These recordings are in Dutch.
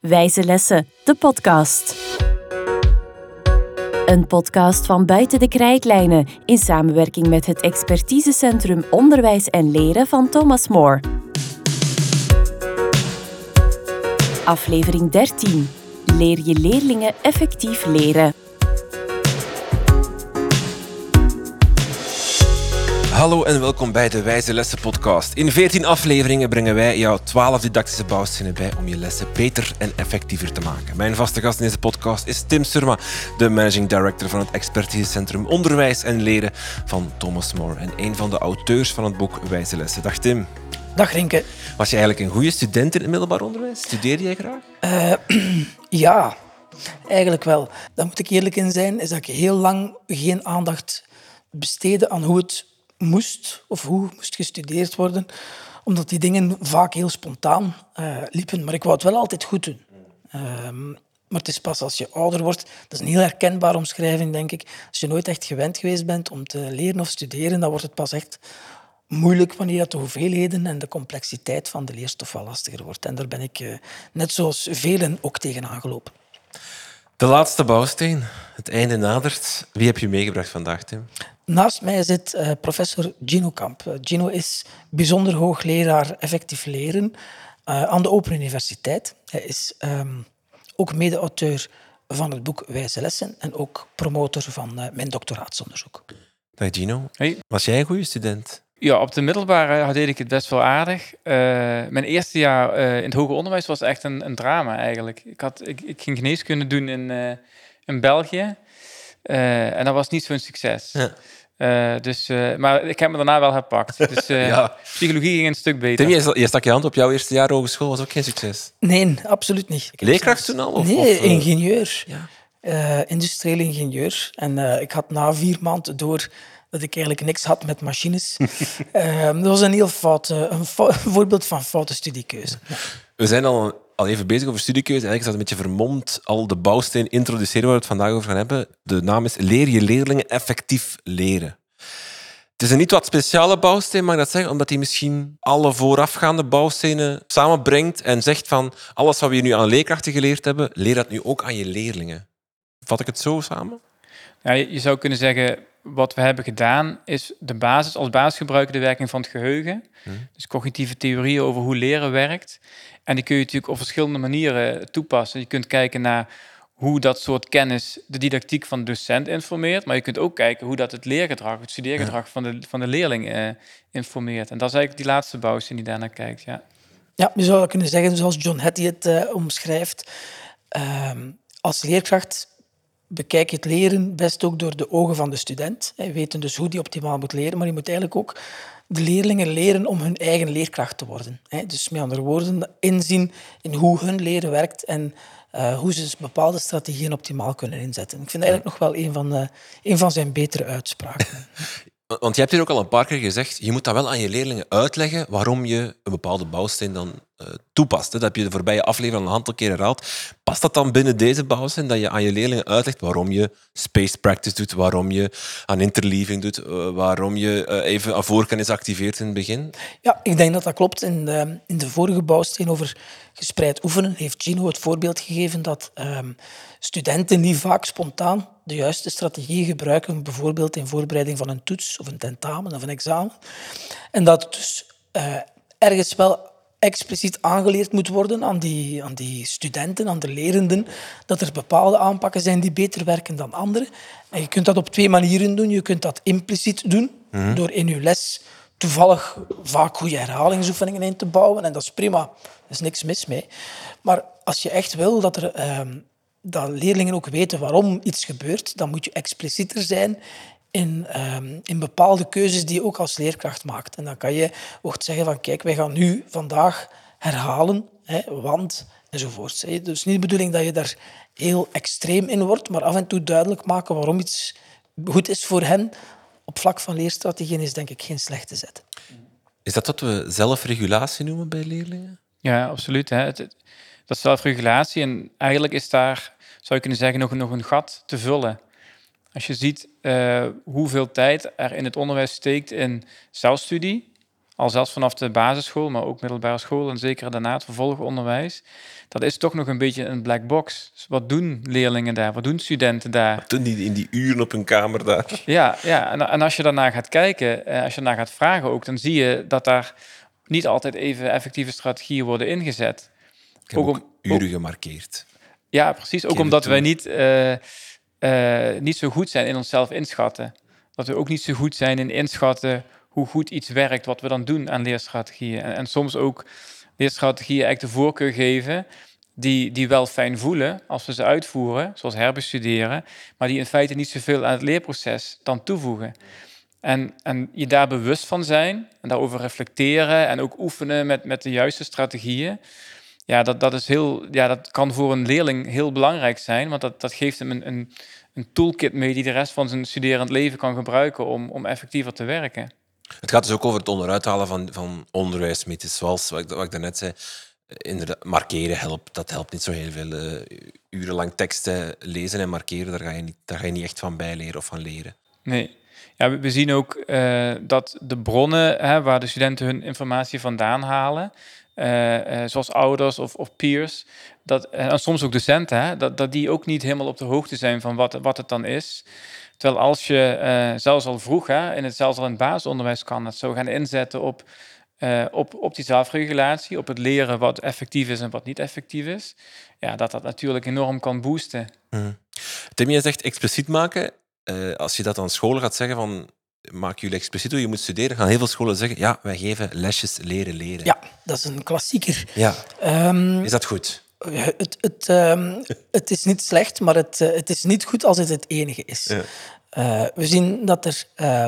Wijze Lessen, de podcast. Een podcast van Buiten de Krijtlijnen in samenwerking met het expertisecentrum Onderwijs en Leren van Thomas More. Aflevering 13. Leer je leerlingen effectief leren. Hallo en welkom bij de Wijze Lessen podcast. In 14 afleveringen brengen wij jou 12 didactische bouwstenen bij om je lessen beter en effectiever te maken. Mijn vaste gast in deze podcast is Tim Surma, de managing director van het expertisecentrum Onderwijs en Leren van Thomas More en een van de auteurs van het boek Wijze Lessen. Dag Tim. Dag Rinke. Was je eigenlijk een goede student in het middelbaar onderwijs? Studeerde jij graag? Ja, eigenlijk wel. Daar moet ik eerlijk in zijn, is dat ik heel lang geen aandacht besteedde aan hoe het moest of hoe moest gestudeerd worden, omdat die dingen vaak heel spontaan liepen. Maar ik wou het wel altijd goed doen. Maar het is pas als je ouder wordt, dat is een heel herkenbare omschrijving, denk ik. Als je nooit echt gewend geweest bent om te leren of studeren, dan wordt het pas echt moeilijk wanneer dat de hoeveelheden en de complexiteit van de leerstof wel lastiger wordt. En daar ben ik, net zoals velen, ook tegen aangelopen. De laatste bouwsteen. Het einde nadert. Wie heb je meegebracht vandaag, Tim? Naast mij zit professor Gino Kamp. Gino is bijzonder hoogleraar effectief leren aan de Open Universiteit. Hij is ook mede-auteur van het boek Wijze Lessen en ook promotor van mijn doctoraatsonderzoek. Dag Gino. Hey. Was jij een goede student? Ja, op de middelbare deed ik het best wel aardig. Mijn eerste jaar in het hoger onderwijs was echt een drama eigenlijk. Ik ging geneeskunde doen in België. En dat was niet zo'n succes. Ja. Maar ik heb me daarna wel herpakt. Dus Ja. Psychologie ging een stuk beter. Tim, je stak je hand op jouw eerste jaar hogeschool, was ook geen succes. Nee, absoluut niet. Leerkracht toen al? Nee, ingenieur. Ja. Industrieel ingenieur. En ik had na 4 maanden door dat ik eigenlijk niks had met machines. Dat was een heel een voorbeeld van foute studiekeuze. We zijn al even bezig over studiekeuze. Eigenlijk is dat een beetje vermomd. Al de bouwsteen introduceren waar we het vandaag over gaan hebben. De naam is Leer je leerlingen effectief leren. Het is een niet wat speciale bouwsteen, mag ik dat zeggen, omdat hij misschien alle voorafgaande bouwstenen samenbrengt en zegt van alles wat we hier nu aan leerkrachten geleerd hebben, leer dat nu ook aan je leerlingen. Vat ik het zo samen? Ja, je zou kunnen zeggen, wat we hebben gedaan is de basis. Als basis gebruiken de werking van het geheugen. Dus cognitieve theorieën over hoe leren werkt. En die kun je natuurlijk op verschillende manieren toepassen. Je kunt kijken naar hoe dat soort kennis de didactiek van de docent informeert. Maar je kunt ook kijken hoe dat het leergedrag, het studeergedrag van de leerling informeert. En dat is eigenlijk die laatste bouwsteen die daarnaar kijkt. Ja, je zou kunnen zeggen, zoals John Hattie het omschrijft. Als leerkracht bekijk je het leren best ook door de ogen van de student. We weten dus hoe die optimaal moet leren, maar je moet eigenlijk ook de leerlingen leren om hun eigen leerkracht te worden. Dus met andere woorden, inzien in hoe hun leren werkt en hoe ze bepaalde strategieën optimaal kunnen inzetten. Ik vind eigenlijk nog wel een van zijn betere uitspraken. Want je hebt hier ook al een paar keer gezegd, je moet dat wel aan je leerlingen uitleggen waarom je een bepaalde bouwsteen dan toepast. Dat heb je de voorbije aflevering al een aantal keer herhaald. Past dat dan binnen deze bouwsteen, dat je aan je leerlingen uitlegt waarom je spaced practice doet, waarom je aan interleaving doet, waarom je even een voorkennis activeert in het begin? Ja, ik denk dat dat klopt. In de vorige bouwsteen over gespreid oefenen heeft Gino het voorbeeld gegeven dat studenten die vaak spontaan de juiste strategie gebruiken, bijvoorbeeld in voorbereiding van een toets of een tentamen of een examen. En dat het dus ergens wel expliciet aangeleerd moet worden aan die studenten, aan de lerenden, dat er bepaalde aanpakken zijn die beter werken dan andere. En je kunt dat op 2 manieren doen. Je kunt dat impliciet doen, door in je les toevallig vaak goede herhalingsoefeningen in te bouwen. En dat is prima, er is niks mis mee. Maar als je echt wil dat leerlingen ook weten waarom iets gebeurt, dan moet je explicieter zijn in bepaalde keuzes die je ook als leerkracht maakt. En dan kan je ook zeggen van, kijk, wij gaan nu vandaag herhalen, want enzovoort. Dus het is niet de bedoeling dat je daar heel extreem in wordt, maar af en toe duidelijk maken waarom iets goed is voor hen. Op vlak van leerstrategieën is denk ik geen slechte zet. Is dat wat we zelfregulatie noemen bij leerlingen? Ja, absoluut. Dat is zelfregulatie. En eigenlijk is daar, zou je kunnen zeggen, nog een gat te vullen. Als je ziet hoeveel tijd er in het onderwijs steekt in zelfstudie, al zelfs vanaf de basisschool, maar ook middelbare school en zeker daarna het vervolgonderwijs, dat is toch nog een beetje een black box. Dus wat doen leerlingen daar? Wat doen studenten daar? Toen die in die uren op hun kamer daar. Ja. En als je daarnaar gaat kijken, als je daarnaar gaat vragen ook, dan zie je dat daar niet altijd even effectieve strategieën worden ingezet. Ik heb ook uren gemarkeerd. Ja, precies. Ook omdat wij niet zo goed zijn in onszelf inschatten. Dat we ook niet zo goed zijn in inschatten hoe goed iets werkt, wat we dan doen aan leerstrategieën. En soms ook leerstrategieën eigenlijk de voorkeur geven die wel fijn voelen als we ze uitvoeren, zoals herbestuderen, maar die in feite niet zoveel aan het leerproces dan toevoegen. En je daar bewust van zijn en daarover reflecteren en ook oefenen met de juiste strategieën. Ja, dat kan voor een leerling heel belangrijk zijn, want dat geeft hem een toolkit mee die de rest van zijn studerend leven kan gebruiken om effectiever te werken. Het gaat dus ook over het onderuithalen van onderwijsmythes, zoals wat ik daarnet zei. Inderdaad, markeren helpt. Dat helpt niet zo heel veel. Urenlang teksten lezen en markeren, daar ga je niet echt van bijleren of van leren. Nee. Ja, we zien ook dat de bronnen waar de studenten hun informatie vandaan halen, zoals ouders of peers, en soms ook docenten, dat die ook niet helemaal op de hoogte zijn van wat het dan is. Terwijl als je zelfs al vroeg, zelfs al in het basisonderwijs kan het zo gaan inzetten op die zelfregulatie, op het leren wat effectief is en wat niet effectief is, ja, dat natuurlijk enorm kan boosten. Tim, jij zegt expliciet maken. Als je dat aan scholen gaat zeggen van maak jullie expliciet hoe je moet studeren, gaan heel veel scholen zeggen ja, wij geven lesjes leren. Ja, dat is een klassieker. Ja. Is dat goed? Het is niet slecht, maar het is niet goed als het enige is. Ja. We zien dat er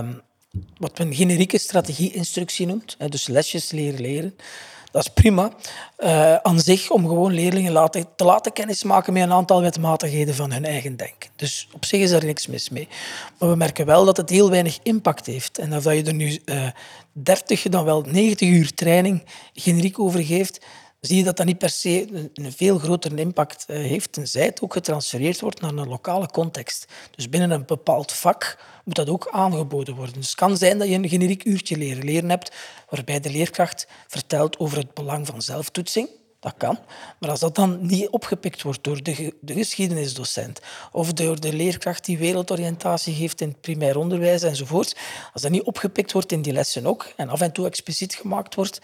wat men generieke strategie-instructie noemt, dus lesjes leren. Dat is prima aan zich om gewoon leerlingen te laten kennismaken met een aantal wetmatigheden van hun eigen denken. Dus op zich is daar niks mis mee. Maar we merken wel dat het heel weinig impact heeft. En of je er nu 30, dan wel 90 uur training generiek over geeft, zie je dat dat niet per se een veel grotere impact heeft, tenzij het ook getransfereerd wordt naar een lokale context. Dus binnen een bepaald vak moet dat ook aangeboden worden. Dus het kan zijn dat je een generiek uurtje leren hebt, waarbij de leerkracht vertelt over het belang van zelftoetsing. Dat kan. Maar als dat dan niet opgepikt wordt door de geschiedenisdocent of door de leerkracht die wereldoriëntatie geeft in het primair onderwijs enzovoort, als dat niet opgepikt wordt in die lessen ook en af en toe expliciet gemaakt wordt,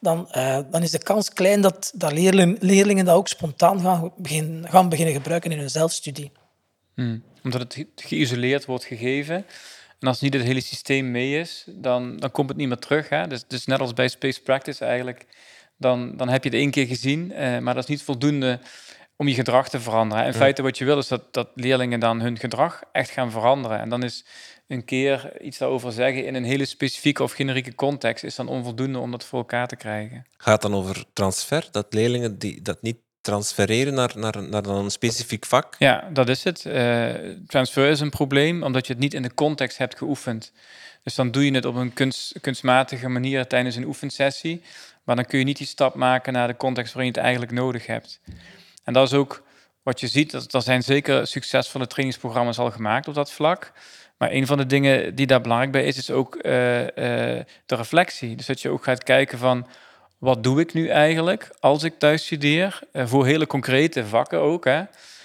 dan is de kans klein dat leerlingen dat ook spontaan gaan beginnen gebruiken in hun zelfstudie. Omdat het geïsoleerd wordt gegeven. En als niet het hele systeem mee is, dan komt het niet meer terug. Hè? Dus net als bij Space Practice eigenlijk, dan heb je het 1 keer gezien, maar dat is niet voldoende om je gedrag te veranderen. In feite wat je wil is dat leerlingen dan hun gedrag echt gaan veranderen. En dan is een keer iets daarover zeggen in een hele specifieke of generieke context is dan onvoldoende om dat voor elkaar te krijgen. Gaat het dan over transfer? Dat leerlingen dat niet transfereren naar dan een specifiek vak? Ja, dat is het. Transfer is een probleem, omdat je het niet in de context hebt geoefend. Dus dan doe je het op een kunstmatige manier tijdens een oefensessie, maar dan kun je niet die stap maken naar de context waarin je het eigenlijk nodig hebt. En dat is ook wat je ziet. Er zijn zeker succesvolle trainingsprogramma's al gemaakt op dat vlak. Maar een van de dingen die daar belangrijk bij is ook de reflectie. Dus dat je ook gaat kijken van, wat doe ik nu eigenlijk als ik thuis studeer? Voor hele concrete vakken ook. Hè?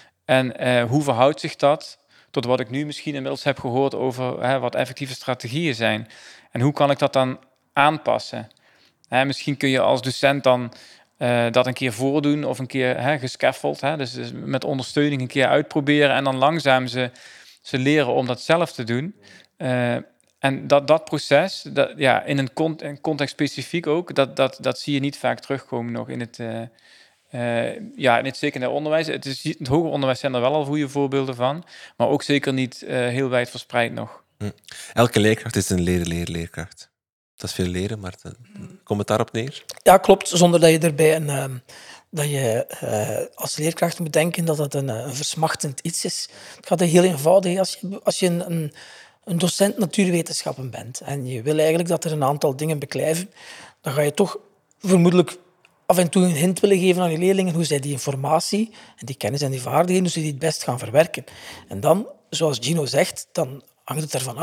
En hoe verhoudt zich dat tot wat ik nu misschien inmiddels heb gehoord over wat effectieve strategieën zijn? En hoe kan ik dat dan aanpassen? Misschien kun je als docent dan dat een keer voordoen of een keer gescaffold. Dus met ondersteuning een keer uitproberen en dan langzaam ze leren om dat zelf te doen. En dat proces, in een context specifiek ook, dat zie je niet vaak terugkomen nog in het secundair onderwijs. Het hoger onderwijs zijn er wel al goede voorbeelden van, maar ook zeker niet heel wijd verspreid nog. Elke leerkracht is een leerkracht. Dat is veel leren, maar komt het daarop neer? Ja, klopt. Zonder dat je erbij dat je als leerkracht moet denken dat dat een versmachtend iets is. Het gaat heel eenvoudig. Als je een docent natuurwetenschappen bent en je wil eigenlijk dat er een aantal dingen beklijven, dan ga je toch vermoedelijk af en toe een hint willen geven aan je leerlingen hoe zij die informatie en die kennis en die vaardigheden, hoe ze die het best gaan verwerken. En dan, zoals Gino zegt, dan hangt het ervan af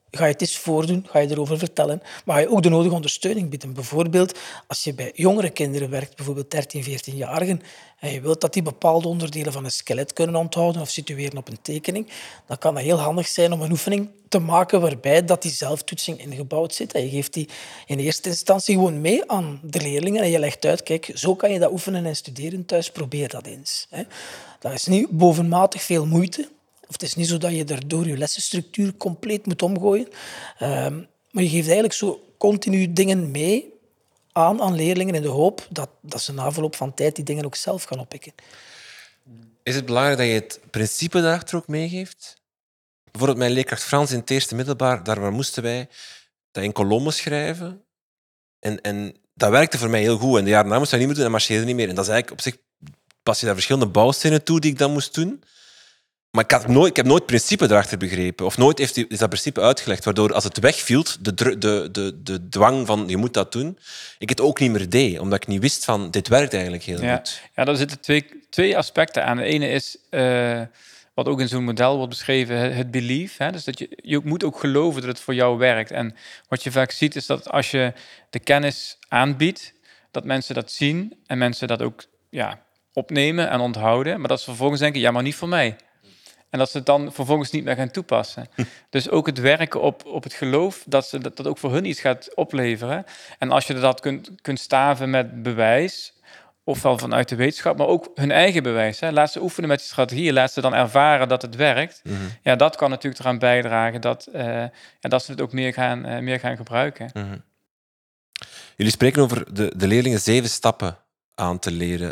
Ga je het eens voordoen, ga je erover vertellen, maar ga je ook de nodige ondersteuning bieden. Bijvoorbeeld, als je bij jongere kinderen werkt, bijvoorbeeld 13, 14-jarigen, en je wilt dat die bepaalde onderdelen van een skelet kunnen onthouden of situeren op een tekening, dan kan dat heel handig zijn om een oefening te maken waarbij dat die zelftoetsing ingebouwd zit. En je geeft die in eerste instantie gewoon mee aan de leerlingen en je legt uit, kijk, zo kan je dat oefenen en studeren thuis, probeer dat eens. Dat is niet bovenmatig veel moeite. Of het is niet zo dat je daardoor je lessenstructuur compleet moet omgooien. Maar je geeft eigenlijk zo continu dingen mee aan leerlingen in de hoop dat ze na verloop van tijd die dingen ook zelf gaan oppikken. Is het belangrijk dat je het principe daarachter ook meegeeft? Bijvoorbeeld mijn leerkracht Frans in het eerste middelbaar, daar moesten wij dat in kolommen schrijven. En dat werkte voor mij heel goed. En de jaren daarna moest dat niet meer doen en marcheerde niet meer. En dat is eigenlijk op zich, pas je daar verschillende bouwstenen toe die ik dan moest doen. Maar ik heb nooit het principe erachter begrepen. Of nooit is dat principe uitgelegd. Waardoor als het wegviel, de dwang van je moet dat doen, ik het ook niet meer deed. Omdat ik niet wist van, dit werkt eigenlijk heel goed. Ja, daar zitten twee aspecten aan. De ene is, wat ook in zo'n model wordt beschreven, het belief. Hè? Dus dat je moet ook geloven dat het voor jou werkt. En wat je vaak ziet, is dat als je de kennis aanbiedt, dat mensen dat zien en mensen dat ook opnemen en onthouden. Maar dat ze vervolgens denken, ja, maar niet voor mij. En dat ze het dan vervolgens niet meer gaan toepassen. Dus ook het werken op het geloof dat ook voor hun iets gaat opleveren. En als je dat kunt staven met bewijs, ofwel vanuit de wetenschap, maar ook hun eigen bewijs. Hè. Laat ze oefenen met die strategieën, laat ze dan ervaren dat het werkt. Mm-hmm. Ja, dat kan natuurlijk eraan bijdragen dat ze het ook meer gaan gebruiken. Mm-hmm. Jullie spreken over de leerlingen 7 stappen aan te leren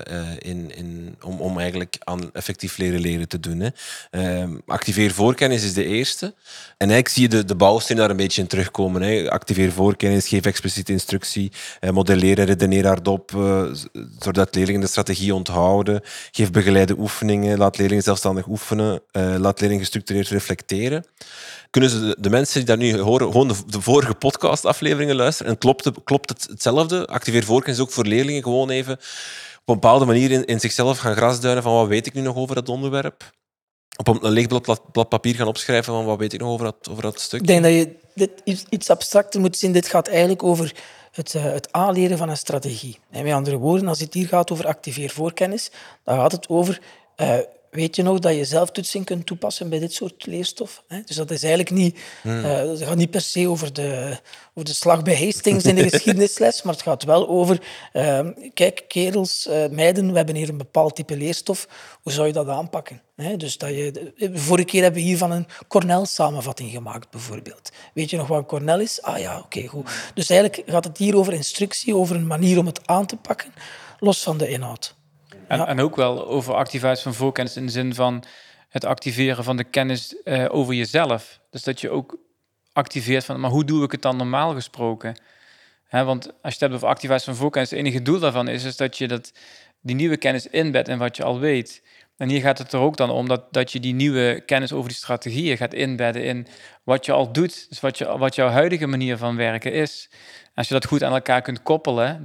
om eigenlijk aan effectief leren te doen. Activeer voorkennis is de eerste. En eigenlijk zie je de bouwstenen daar een beetje in terugkomen. Hè. Activeer voorkennis, geef expliciete instructie, modelleer en redeneer hardop, zodat leerlingen de strategie onthouden. Geef begeleide oefeningen, laat leerlingen zelfstandig oefenen, laat leerlingen gestructureerd reflecteren. Kunnen ze de mensen die dat nu horen gewoon de vorige podcastafleveringen luisteren en klopt het hetzelfde? Activeer voorkennis ook voor leerlingen gewoon even op een bepaalde manier in zichzelf gaan grasduinen van wat weet ik nu nog over dat onderwerp? Op een leeg blad papier gaan opschrijven van wat weet ik nog over dat stuk? Ik denk dat je dit iets abstracter moet zien. Dit gaat eigenlijk over het aanleren van een strategie. En met andere woorden, als het hier gaat over activeer voorkennis, dan gaat het over... weet je nog dat je zelftoetsing kunt toepassen bij dit soort leerstof? Dus dat is eigenlijk niet... Het gaat niet per se over de slag bij Hastings in de geschiedenisles, maar het gaat wel over... kijk, kerels, meiden, we hebben hier een bepaald type leerstof. Hoe zou je dat aanpakken? Dus vorige keer hebben we hier van een Cornell-samenvatting gemaakt, bijvoorbeeld. Weet je nog wat een Cornell is? Ah ja, oké, goed. Dus eigenlijk gaat het hier over instructie, over een manier om het aan te pakken, los van de inhoud. En ook wel over activatie van voorkennis in de zin van het activeren van de kennis over jezelf. Dus dat je ook activeert van, maar hoe doe ik het dan normaal gesproken? Want als je het hebt over activatie van voorkennis, het enige doel daarvan is dat je die nieuwe kennis inbedt in wat je al weet. En hier gaat het er ook dan om dat je die nieuwe kennis over die strategieën gaat inbedden in wat je al doet. Dus wat jouw huidige manier van werken is. Als je dat goed aan elkaar kunt koppelen,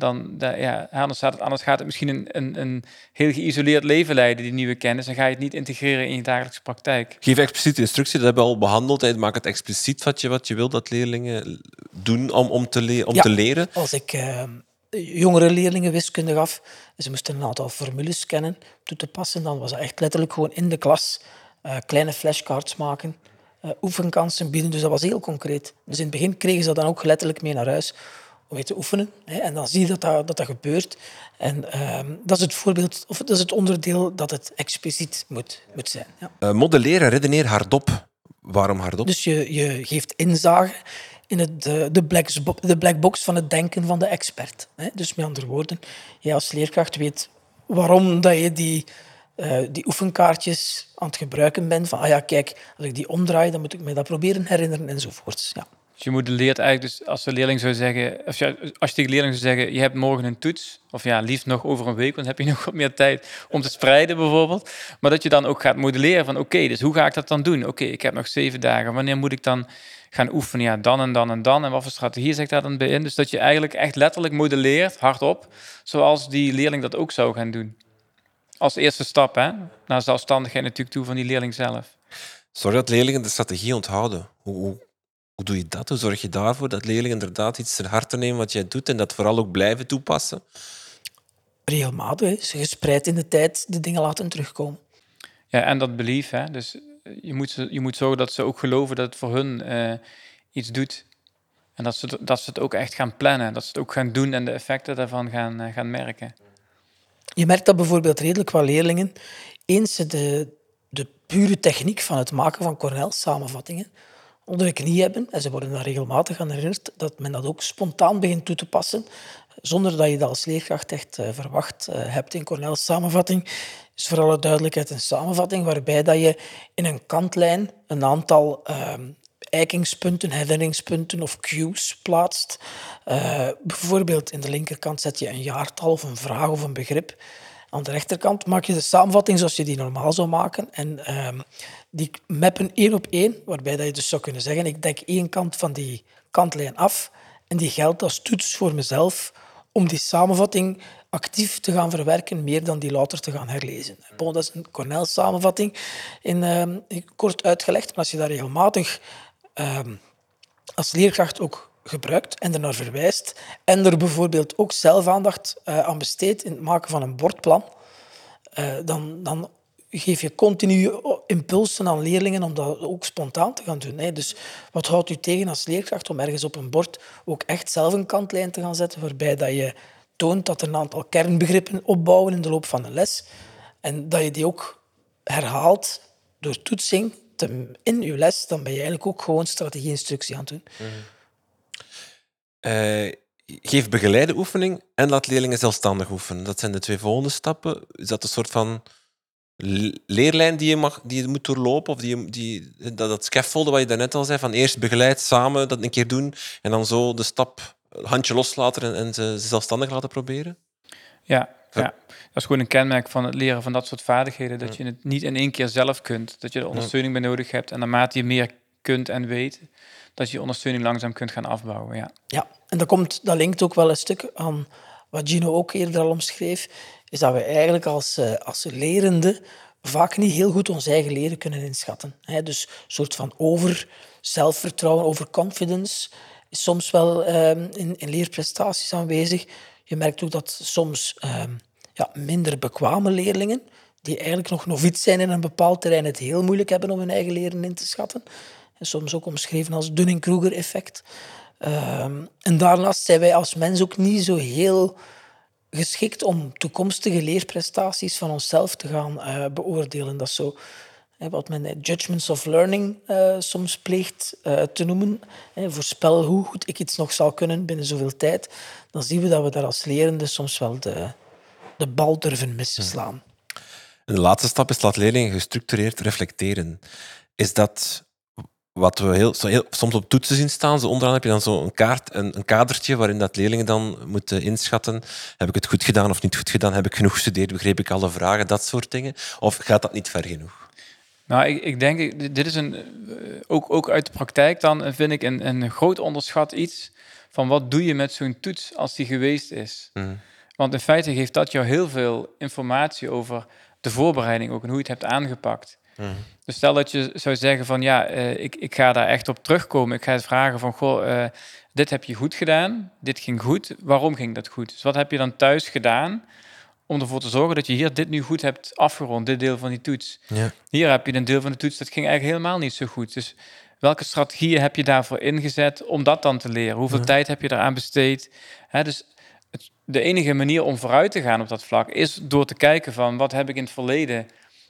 anders gaat het misschien een heel geïsoleerd leven leiden, die nieuwe kennis, en ga je het niet integreren in je dagelijkse praktijk. Geef expliciete instructie, dat hebben we al behandeld. Maak het expliciet wat je wil dat leerlingen doen om te leren. Als ik jongere leerlingen wiskunde gaf, ze moesten een aantal formules kennen toe te passen, dan was dat echt letterlijk gewoon in de klas kleine flashcards maken, oefenkansen bieden, dus dat was heel concreet. Dus in het begin kregen ze dat dan ook letterlijk mee naar huis om mee te oefenen. En dan zie je dat gebeurt. En dat is het voorbeeld, of dat is het onderdeel dat het expliciet moet zijn. Ja. Modelleren, redeneer hardop. Waarom hardop? Dus je geeft inzage in de black box van het denken van de expert. Dus met andere woorden, jij als leerkracht weet waarom dat je die oefenkaartjes aan het gebruiken bent. Van, kijk, als ik die omdraai, dan moet ik me dat proberen herinneren enzovoorts. Ja. Dus je modelleert eigenlijk, dus als de leerling zou zeggen, als je tegen de leerling zou zeggen, je hebt morgen een toets, of liefst nog over een week, want dan heb je nog wat meer tijd om te spreiden bijvoorbeeld. Maar dat je dan ook gaat modelleren van, oké, dus hoe ga ik dat dan doen? Oké, ik heb nog 7 dagen, wanneer moet ik dan gaan oefenen? Ja, dan en dan en dan. En wat voor strategie zegt daar dan bij in? Dus dat je eigenlijk echt letterlijk modelleert, hardop, zoals die leerling dat ook zou gaan doen. Als eerste stap, naar zelfstandigheid natuurlijk toe van die leerling zelf. Zorg dat leerlingen de strategie onthouden. Hoe Hoe doe je dat? Hoe zorg je daarvoor dat leerlingen inderdaad iets ter harte nemen wat jij doet en dat vooral ook blijven toepassen? Regelmatig, hè. Ze gespreid in de tijd de dingen laten terugkomen. Ja, en dat belief, hè. Dus je moet zorgen dat ze ook geloven dat het voor hun iets doet. En dat ze het ook echt gaan plannen. Dat ze het ook gaan doen en de effecten daarvan gaan merken. Je merkt dat bijvoorbeeld redelijk wat leerlingen eens ze de pure techniek van het maken van Cornell-samenvattingen onder de knie hebben, en ze worden daar regelmatig aan herinnerd, dat men dat ook spontaan begint toe te passen, zonder dat je dat als leerkracht echt verwacht hebt. In Cornell's samenvatting is voor alle duidelijkheid een samenvatting waarbij dat je in een kantlijn een aantal eikingspunten, herinneringspunten of cues plaatst. Bijvoorbeeld in de linkerkant zet je een jaartal of een vraag of een begrip. Aan de rechterkant maak je de samenvatting zoals je die normaal zou maken. En die mappen 1 op 1, waarbij dat je dus zou kunnen zeggen, ik dek 1 kant van die kantlijn af en die geldt als toets voor mezelf om die samenvatting actief te gaan verwerken, meer dan die later te gaan herlezen. Bon, dat is een Cornell-samenvatting kort uitgelegd, maar als je daar regelmatig als leerkracht ook gebruikt en er naar verwijst en er bijvoorbeeld ook zelf aandacht aan besteedt in het maken van een bordplan, dan geef je continu impulsen aan leerlingen om dat ook spontaan te gaan doen. Hè. Dus wat houdt u tegen als leerkracht om ergens op een bord ook echt zelf een kantlijn te gaan zetten, waarbij dat je toont dat er een aantal kernbegrippen opbouwen in de loop van de les en dat je die ook herhaalt door toetsing in je les, dan ben je eigenlijk ook gewoon strategie-instructie aan het doen. Geef begeleide oefening en laat leerlingen zelfstandig oefenen. Dat zijn de 2 volgende stappen. Is dat een soort van leerlijn die je moet doorlopen? Of dat scaffolden wat je daarnet al zei, van eerst begeleid, samen dat een keer doen en dan zo de stap, handje loslaten en ze zelfstandig laten proberen? Ja, dat is gewoon een kenmerk van het leren van dat soort vaardigheden. Dat je het niet in 1 keer zelf kunt. Dat je er ondersteuning bij nodig hebt. En naarmate je meer kunt en weet, dat je ondersteuning langzaam kunt gaan afbouwen. Ja, en dat linkt ook wel een stuk aan wat Gino ook eerder al omschreef, is dat we eigenlijk als lerende vaak niet heel goed ons eigen leren kunnen inschatten. Dus een soort van zelfvertrouwen, overconfidence is soms wel in leerprestaties aanwezig. Je merkt ook dat soms minder bekwame leerlingen, die eigenlijk nog noviet zijn in een bepaald terrein, het heel moeilijk hebben om hun eigen leren in te schatten. En soms ook omschreven als Dunning-Kruger-effect. En daarnaast zijn wij als mens ook niet zo heel geschikt om toekomstige leerprestaties van onszelf te gaan beoordelen. Dat is zo wat men judgments of learning soms pleegt te noemen. Voorspel hoe goed ik iets nog zal kunnen binnen zoveel tijd. Dan zien we dat we daar als lerenden soms wel de bal durven misslaan. En de laatste stap is laat leerlingen gestructureerd reflecteren. Is dat wat we soms op toetsen zien staan? Zo onderaan heb je dan zo een kadertje waarin dat leerlingen dan moeten inschatten. Heb ik het goed gedaan of niet goed gedaan? Heb ik genoeg gestudeerd? Begreep ik alle vragen? Dat soort dingen. Of gaat dat niet ver genoeg? Nou, ik denk, dit is ook uit de praktijk dan, vind ik een groot onderschat iets van wat doe je met zo'n toets als die geweest is. Want in feite geeft dat jou heel veel informatie over de voorbereiding ook en hoe je het hebt aangepakt. Dus stel dat je zou zeggen van ik ga daar echt op terugkomen. Ik ga het vragen van, dit heb je goed gedaan, dit ging goed. Waarom ging dat goed? Dus wat heb je dan thuis gedaan om ervoor te zorgen dat je hier dit nu goed hebt afgerond, dit deel van die toets. Ja. Hier heb je een deel van de toets, dat ging eigenlijk helemaal niet zo goed. Dus welke strategieën heb je daarvoor ingezet om dat dan te leren? Hoeveel tijd heb je eraan besteed? Dus de enige manier om vooruit te gaan op dat vlak is door te kijken van wat heb ik in het verleden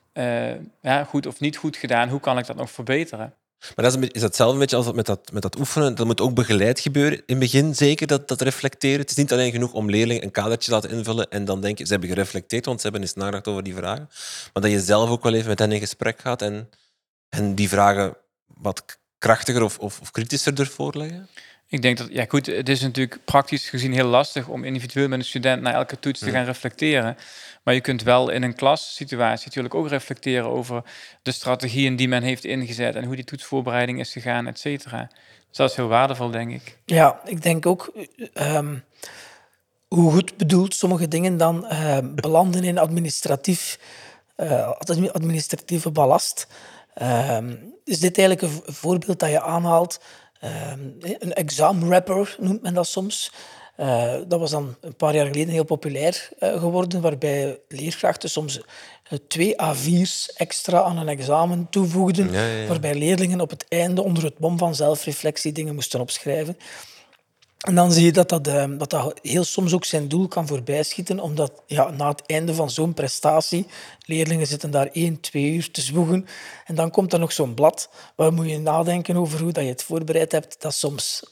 goed of niet goed gedaan, hoe kan ik dat nog verbeteren? Maar dat is hetzelfde beetje als met dat oefenen. Dat moet ook begeleid gebeuren. In het begin zeker dat reflecteren. Het is niet alleen genoeg om leerlingen een kadertje te laten invullen en dan denken ze hebben gereflecteerd, want ze hebben eens nagedacht over die vragen. Maar dat je zelf ook wel even met hen in gesprek gaat en die vragen wat krachtiger of kritischer durft voorleggen. Ik denk dat, het is natuurlijk praktisch gezien heel lastig om individueel met een student naar elke toets te gaan reflecteren. Maar je kunt wel in een klassituatie natuurlijk ook reflecteren over de strategieën die men heeft ingezet en hoe die toetsvoorbereiding is gegaan, et cetera. Dus dat is heel waardevol, denk ik. Ja, ik denk ook hoe goed bedoeld sommige dingen dan belanden in administratieve ballast. Is dit eigenlijk een voorbeeld dat je aanhaalt Een examwrapper noemt men dat soms. Dat was dan een paar jaar geleden heel populair geworden, waarbij leerkrachten soms 2 A4's extra aan een examen toevoegden, waarbij leerlingen op het einde onder het mom van zelfreflectie dingen moesten opschrijven. En dan zie je dat heel soms ook zijn doel kan voorbijschieten, omdat na het einde van zo'n prestatie, leerlingen zitten daar 1-2 uur te zwoegen en dan komt er nog zo'n blad waar moet je nadenken over hoe dat je het voorbereid hebt. Dat soms...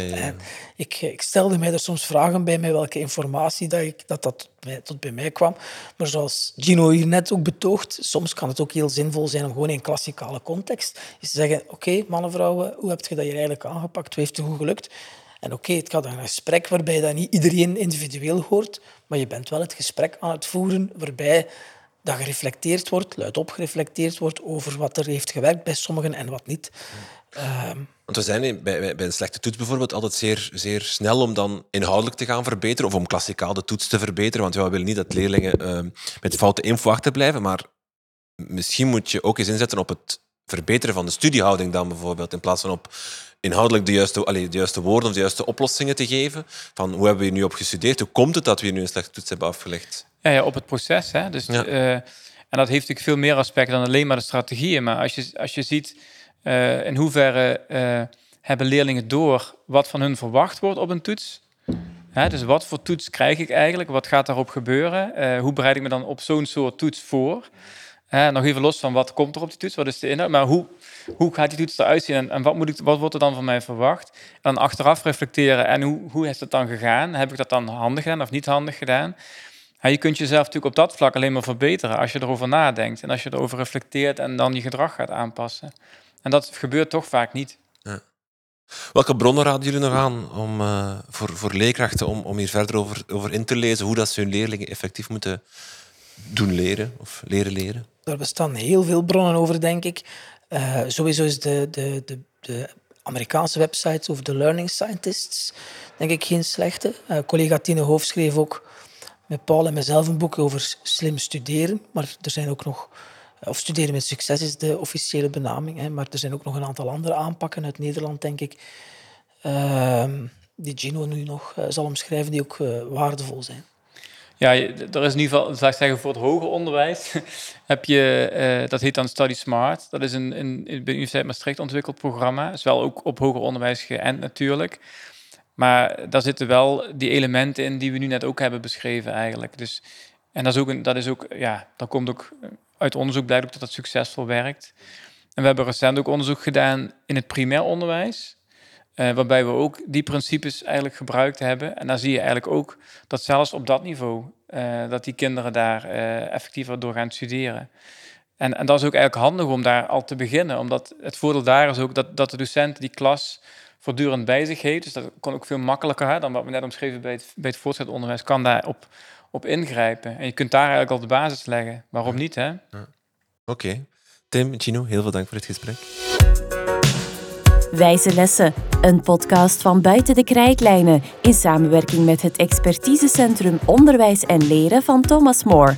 Ik stelde mij er soms vragen bij met welke informatie dat tot bij mij kwam. Maar zoals Gino hier net ook betoogt, soms kan het ook heel zinvol zijn om gewoon in klassikale context eens te zeggen, oké, mannen, vrouwen, hoe heb je dat hier eigenlijk aangepakt? Hoe heeft het goed gelukt? En het gaat een gesprek waarbij dat niet iedereen individueel hoort, maar je bent wel het gesprek aan het voeren waarbij dat gereflecteerd wordt, luidop gereflecteerd wordt over wat er heeft gewerkt bij sommigen en wat niet. Want we zijn bij een slechte toets bijvoorbeeld altijd zeer, zeer snel om dan inhoudelijk te gaan verbeteren of om klassikaal de toets te verbeteren, want we willen niet dat leerlingen met foute info achterblijven, maar misschien moet je ook eens inzetten op het verbeteren van de studiehouding dan bijvoorbeeld, in plaats van op inhoudelijk de juiste woorden of de juiste oplossingen te geven. Van hoe hebben we hier nu op gestudeerd? Hoe komt het dat we hier nu een slechte toets hebben afgelegd? Ja, op het proces. Hè? Dus, en dat heeft natuurlijk veel meer aspecten dan alleen maar de strategieën. Maar als je ziet in hoeverre hebben leerlingen door wat van hun verwacht wordt op een toets. Dus wat voor toets krijg ik eigenlijk? Wat gaat daarop gebeuren? Hoe bereid ik me dan op zo'n soort toets voor? Nog even los van wat komt er op die toets, wat is de inhoud, maar hoe gaat die toets eruit zien en wat wordt er dan van mij verwacht? En dan achteraf reflecteren en hoe is het dan gegaan? Heb ik dat dan handig gedaan of niet handig gedaan? Je kunt jezelf natuurlijk op dat vlak alleen maar verbeteren als je erover nadenkt en als je erover reflecteert en dan je gedrag gaat aanpassen. En dat gebeurt toch vaak niet. Ja. Welke bronnen raden jullie nog aan voor leerkrachten om hier verder over in te lezen, hoe dat ze hun leerlingen effectief moeten doen leren of leren? Daar bestaan heel veel bronnen over, denk ik. Sowieso is de Amerikaanse website over de Learning Scientists, denk ik, geen slechte. Collega Tine Hoof schreef ook met Paul en mezelf een boek over slim studeren. Maar er zijn ook nog... Of studeren met succes is de officiële benaming. Maar er zijn ook nog een aantal andere aanpakken uit Nederland, denk ik, die Gino nu nog zal omschrijven, die ook waardevol zijn. Ja, er is in ieder geval, zou ik zeggen, voor het hoger onderwijs heb je, dat heet dan Study Smart. Dat is een bij de Universiteit Maastricht ontwikkeld programma. Het is wel ook op hoger onderwijs geënt natuurlijk. Maar daar zitten wel die elementen in die we nu net ook hebben beschreven eigenlijk. Dus, en dat komt ook uit onderzoek, blijkt ook dat dat succesvol werkt. En we hebben recent ook onderzoek gedaan in het primair onderwijs. Waarbij we ook die principes eigenlijk gebruikt hebben. En daar zie je eigenlijk ook dat zelfs op dat niveau, dat die kinderen daar effectiever door gaan studeren. En dat is ook eigenlijk handig om daar al te beginnen. Omdat het voordeel daar is ook dat de docent die klas voortdurend bij zich heeft. Dus dat kan ook veel makkelijker dan wat we net omschreven bij het voortgezet onderwijs. Kan daar op ingrijpen. En je kunt daar eigenlijk al de basis leggen. Waarom niet, hè? Ja. Oké. Tim, Gino, heel veel dank voor het gesprek. Wijze Lessen, een podcast van Buiten de Krijtlijnen in samenwerking met het expertisecentrum Onderwijs en Leren van Thomas More.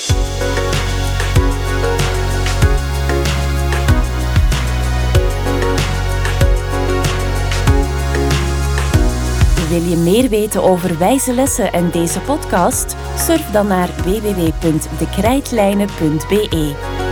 Wil je meer weten over Wijze Lessen en deze podcast? Surf dan naar www.dekrijtlijnen.be.